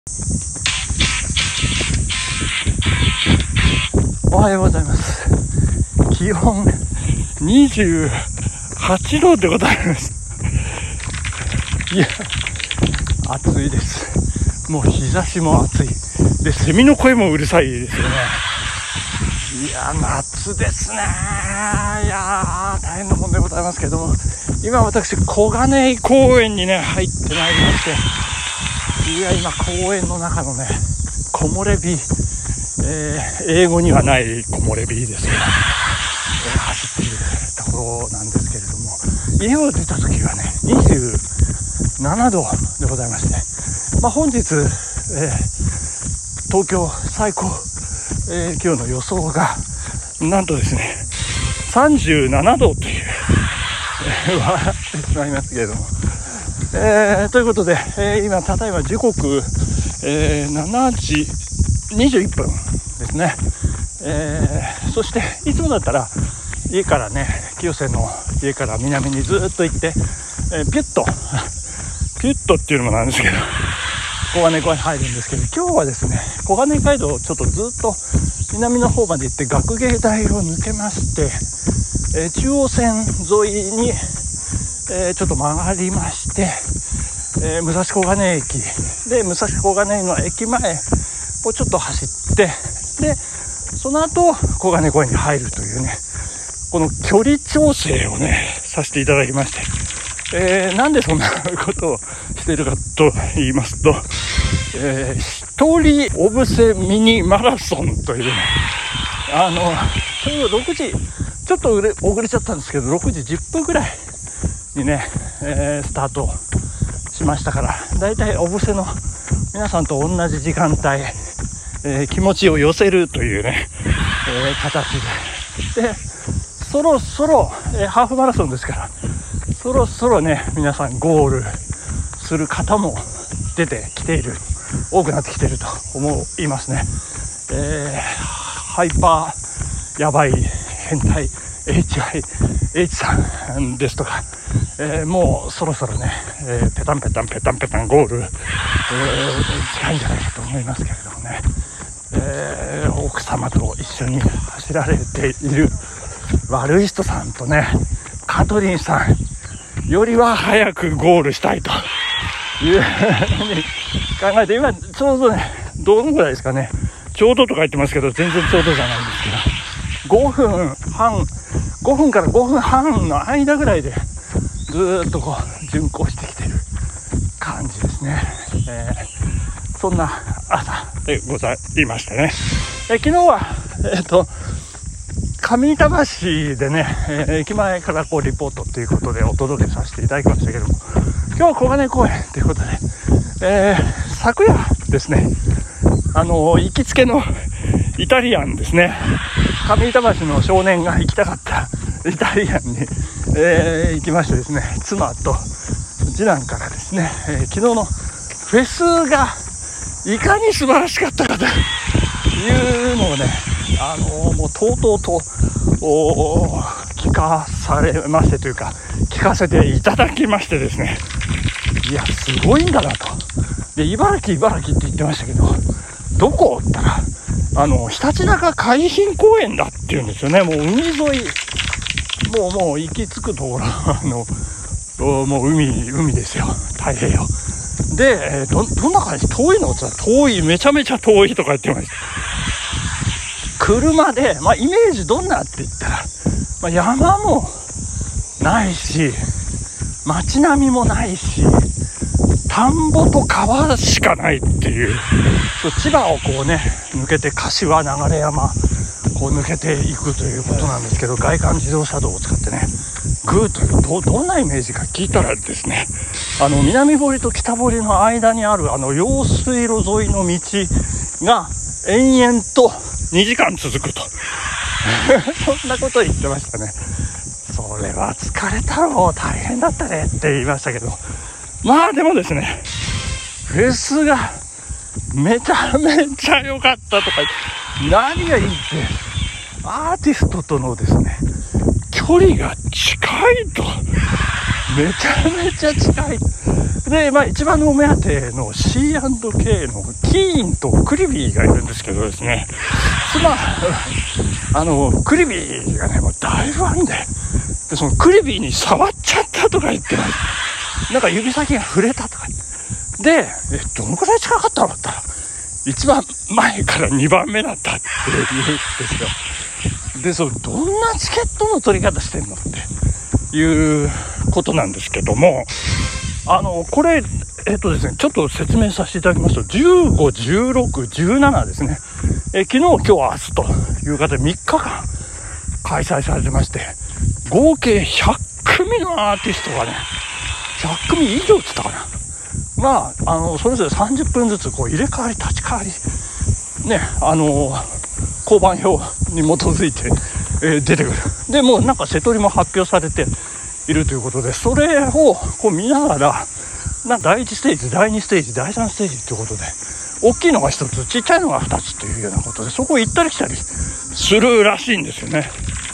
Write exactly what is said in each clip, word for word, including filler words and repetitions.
おはようございます。気温にじゅうはちどでございます。いや、暑いです。もう日差しも暑いで、セミの声もうるさいですよね。いや、夏ですね。いや大変なもんでございますけども、今私小金井公園にね入ってまいりまして、いや今公園の中のね木漏れ日、えー、英語にはない木漏れ日ですが、えー、走っているところなんですけれども、家を出た時はねにじゅうななどでございまして、まあ、本日、えー、東京最高、えー、気温の予想がなんとですねさんじゅうななどという、えー、笑ってしまいますけれども、えー、ということで、えー、今ただいま時刻、えー、しちじにじゅういっぷんですね。えー、そしていつもだったら家からね清瀬の家から南にずっと行って、えー、ピュッとピュッとっていうのもなんですけど小金井公園に入るんですけど、今日はですね小金井街道をちょっとずっと南の方まで行って学芸大を抜けまして、えー、中央線沿いに、えー、ちょっと曲がりまして、えー、武蔵小金井駅で武蔵小金井の駅前をちょっと走って、でその後小金井公園に入るというね、この距離調整をねさせていただきまして、えー、なんでそんなことをしているかと言いますと、えー、一人オブセミニマラソンというね、あのちょうどろくじちょっと遅れちゃったんですけどろくじじゅっぷんぐらいにね、えー、スタートしましたから、だいたいオブセの皆さんと同じ時間帯、えー、気持ちを寄せるというね、えー、形ででそろそろ、えー、ハーフマラソンですから、そろそろね皆さんゴールする方も出てきている、多くなってきていると思いますね。えー、ハイパーやばい変態 エイチアイエイチ さんですとか、えー、もうそろそろね、えー、ペタンペタンペタンペタンゴール、えー、近いんじゃないかと思いますけれどもね、えー、奥様と一緒に走られている悪い人さんとねカトリンさんよりは早くゴールしたいというふうに考えて、今ちょうどねどのぐらいですかね、ちょうどとか言ってますけど全然ちょうどじゃないんですけど、ごふんはんごふんからごふんはんの間ぐらいでずっとこう巡行してきてる感じですね。えー、そんな朝でございましてね、えー、昨日はえっと上板橋でね、えー、駅前からこうリポートということでお届けさせていただきましたけども、今日は小金井公園ということで、えー、昨夜ですね、あのー、行きつけのイタリアンですね、上板橋の少年が行きたかったイタリアンに、えー、行きましてですね、妻と次男からですね、えー、昨日のフェスがいかに素晴らしかったかというのをね、あのー、もうとうとうと聞かされましてというか聞かせていただきましてですね、いやすごいんだなと。で茨城茨城って言ってましたけど、どこって言ったらあのひたちなか海浜公園だっていうんですよね。もう海沿い、もうもう行き着くところあのもう海海ですよ、太平洋で、えー、ど, どんな感じ、遠いのって言ったら遠い、めちゃめちゃ遠いとか言ってました。車で、まあ、イメージどんなって言ったら、まあ、山もないし街並みもないし田んぼと川しかないっていう、千葉をこうね抜けて柏流山こう抜けていくということなんですけど、外環自動車道を使ってねぐーっと ど, どんなイメージか聞いたらですね、あの南堀と北堀の間にあるあの用水路沿いの道が延々とにじかん続くとそんなこと言ってましたね。それは疲れたろう、大変だったねって言いましたけど、まあでもですねフェスがめちゃめちゃ良かったとか、何がいいってアーティストとのですね距離が近いとめちゃめちゃ近いで、まあ、一番のお目当ての シーアンドケー のキーンとクリビーがいるんですけどですね、妻あのクリビーがねもう大ファンで、でそのクリビーに触っちゃったとか言ってます。なんか指先が触れたとかで、えどのくらい近かったのだったら一番前からにばんめだったっていうんですよ。でそのどんなチケットの取り方してんのっていうことなんですけども、あのこれえっとですねちょっと説明させていただきますと、じゅうご、じゅうろく、じゅうななですね、え昨日今日明日という形でみっかかん開催されてまして、合計ひゃっくみのアーティストがねひゃっくみ以上っつったかな、まあ、あのそれぞれさんじゅっぷんずつこう入れ替わり立ち替わりね、あの交番表に基づいて、えー、出てくる。でもうなんか瀬戸りも発表されているということで、それをこう見ながらなだいいちステージ、だいにステージ、だいさんステージということで、大きいのがひとつ、ちっちゃいのがふたつというようなことで、そこを行ったり来たりするらしいんですよね。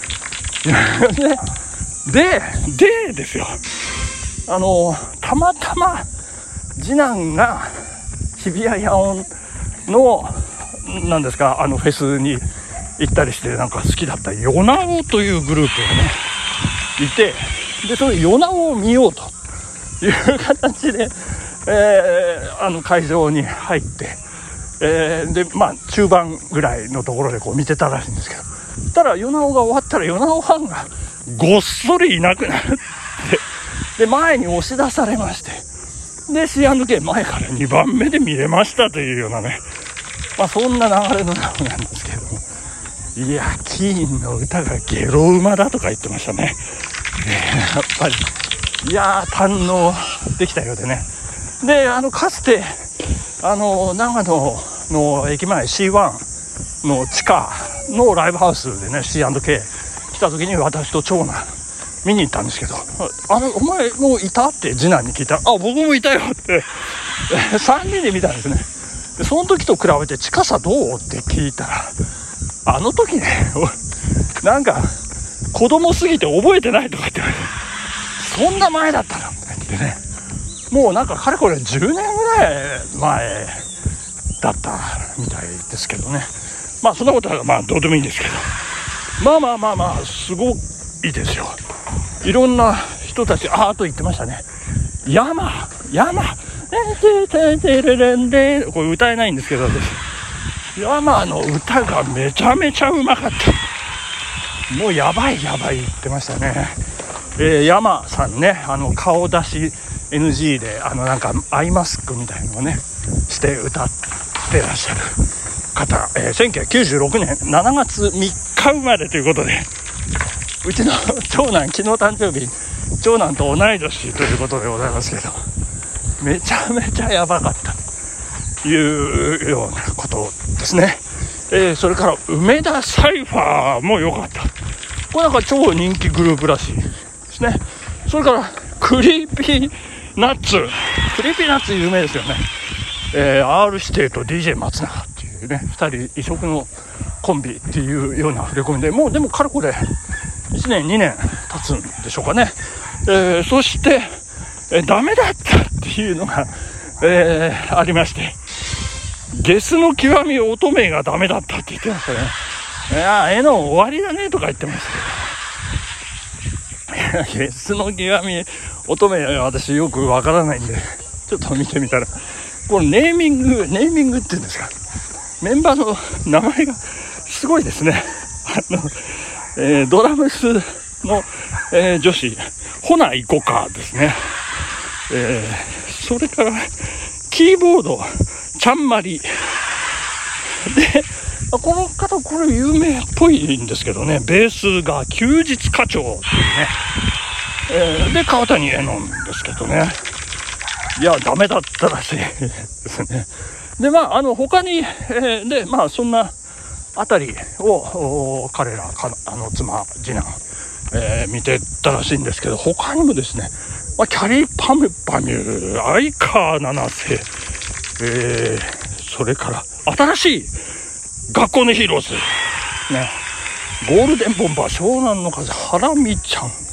ででですよ、あのたまたま次男が日比谷野音のなんですか、あのフェスに行ったりしてなんか好きだったヨナオというグループがねいて、でそのヨナオを見ようという形で、えー、あの会場に入って、えー、でまあ中盤ぐらいのところでこう見てたらしいんですけど、ただヨナオが終わったらヨナオファンがごっそりいなくなるってで前に押し出されまして、で シーアンドケー 前からにばんめで見れましたというようなね、まあそんな流れの中なんですけれども、いやキーンの歌がゲロ馬だとか言ってましたね。やっぱりいや堪能できたようでね。であのかつてあの長野の駅前 シーワン の地下のライブハウスでね シーアンドケー 来た時に私と長男見に行ったんですけど、あのお前もういたって次男に聞いたら、あ僕もいたよってさんにんで見たんですね。でその時と比べて近さどうって聞いたら、あの時ねなんか子供すぎて覚えてないとか言ってそんな前だったのって言ってね、もうなんかかれこれじゅうねんぐらい前だったみたいですけどね。まあそんなことはまあどうでもいいんですけど、まあまあまあまあすごいですよ。いろんな人たち、ああと言ってましたね、山山ててれれんでこれ歌えないんですけど、私山の歌がめちゃめちゃうまかった。もうやばいやばい言ってましたね。えー、山さんね、あの顔出し エヌジー であのなんかアイマスクみたいのをねして歌ってらっしゃる方、えー、せんきゅうひゃくきゅうじゅうろくねんしちがつみっか生まれということで、うちの長男昨日誕生日、長男と同い年ということでございますけど、めちゃめちゃやばかったというようなことですね。えー、それから梅田サイファーも良かった。これなんか超人気グループらしいですね。それからクリーピーナッツ、クリーピーナッツ有名ですよね。えー、R 指定と ディージェー 松永っていうねふたり異色のコンビっていうような触れ込みで、もうでもかれこれいちねんにねん経つんでしょうかね。えー、そして、えー、ダメだったっていうのが、えー、ありまして、ゲスの極み乙女がダメだったって言ってましたね。いや絵の終わりだねとか言ってましたけど、ゲスの極み乙女は私よくわからないんでちょっと見てみたら、このネーミングネーミングっていうんですか、メンバーの名前がすごいですね。あの、えー、ドラムスの、えー、女子ほな行こかですね。えー、それからキーボードちゃんまりで、この方これ有名っぽいんですけどね、ベースが休日課長っていうね、えー、で川谷絵音ですけどね、いやダメだったらしいですね。でまああの他に、えー、でまあそんなあたりを彼らかあの妻次男、えー、見てたらしいんですけど、他にもですね、まあ、キャリーパムパミュ相川七瀬、えー、それから新しい学校のヒーローズね、ゴールデンボンバー湘南の風ハラミちゃん、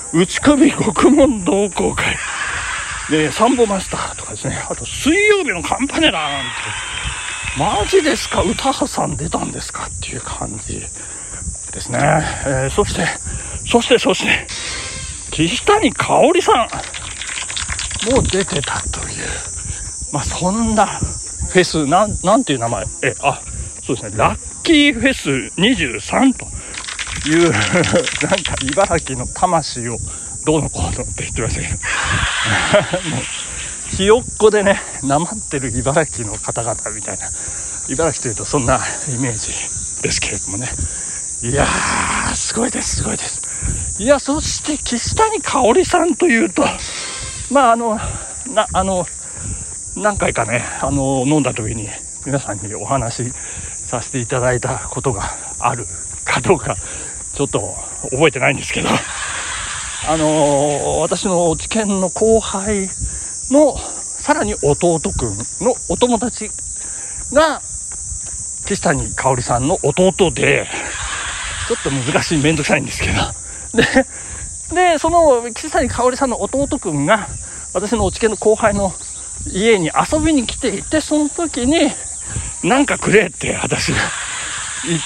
内首獄門同好会でサンボマスターとかですね、あと水曜日のカンパネラなんて、マジですか、歌さん出たんですかっていう感じですね。えー、そしてそしてそして岸谷香織さんも出てたという、まあそんなフェス、なん、なんていう名前、え、あ、そうですね、ラッキーフェスにじゅうさんというなんか茨城の魂をどうのこうのって言ってましたけどもうひよっこでね、なまってる茨城の方々みたいな、茨城というとそんなイメージですけれどもね。いやー、すごいです、すごいです。いや、そして岸谷香織さんというと、まああのなあの何回かね、あの飲んだ時に皆さんにお話しさせていただいたことがあるかどうかちょっと覚えてないんですけど、あの私の知見の後輩のさらに弟くんのお友達が岸谷香織さんの弟で、ちょっと難しい、めんどくさいんですけど、ででその岸谷香織さんの弟くんが私のお知見の後輩の家に遊びに来ていて、その時になんかくれって私が言って、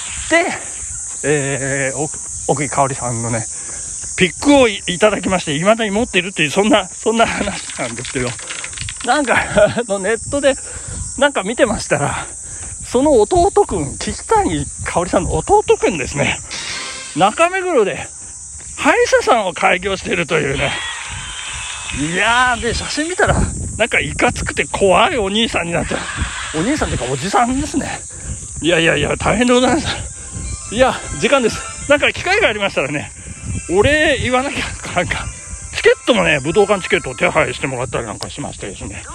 えー、奥井香織さんのねピックを い, いただきまして、未だに持っているっていう、そんなそんな話なんですけど、なんかあのネットでなんか見てましたら、その弟くん、岸谷香織さんの弟くんですね、中目黒で歯医者さんを開業しているというね。いやー、で写真見たらなんかいかつくて怖いお兄さんになっちゃう。お兄さんというかおじさんですね。いやいやいや、大変でございます。いや、時間です。なんか機会がありましたらね、お礼言わなきゃ。なんかチケットもね、武道館チケットを手配してもらったりなんかしましてですね、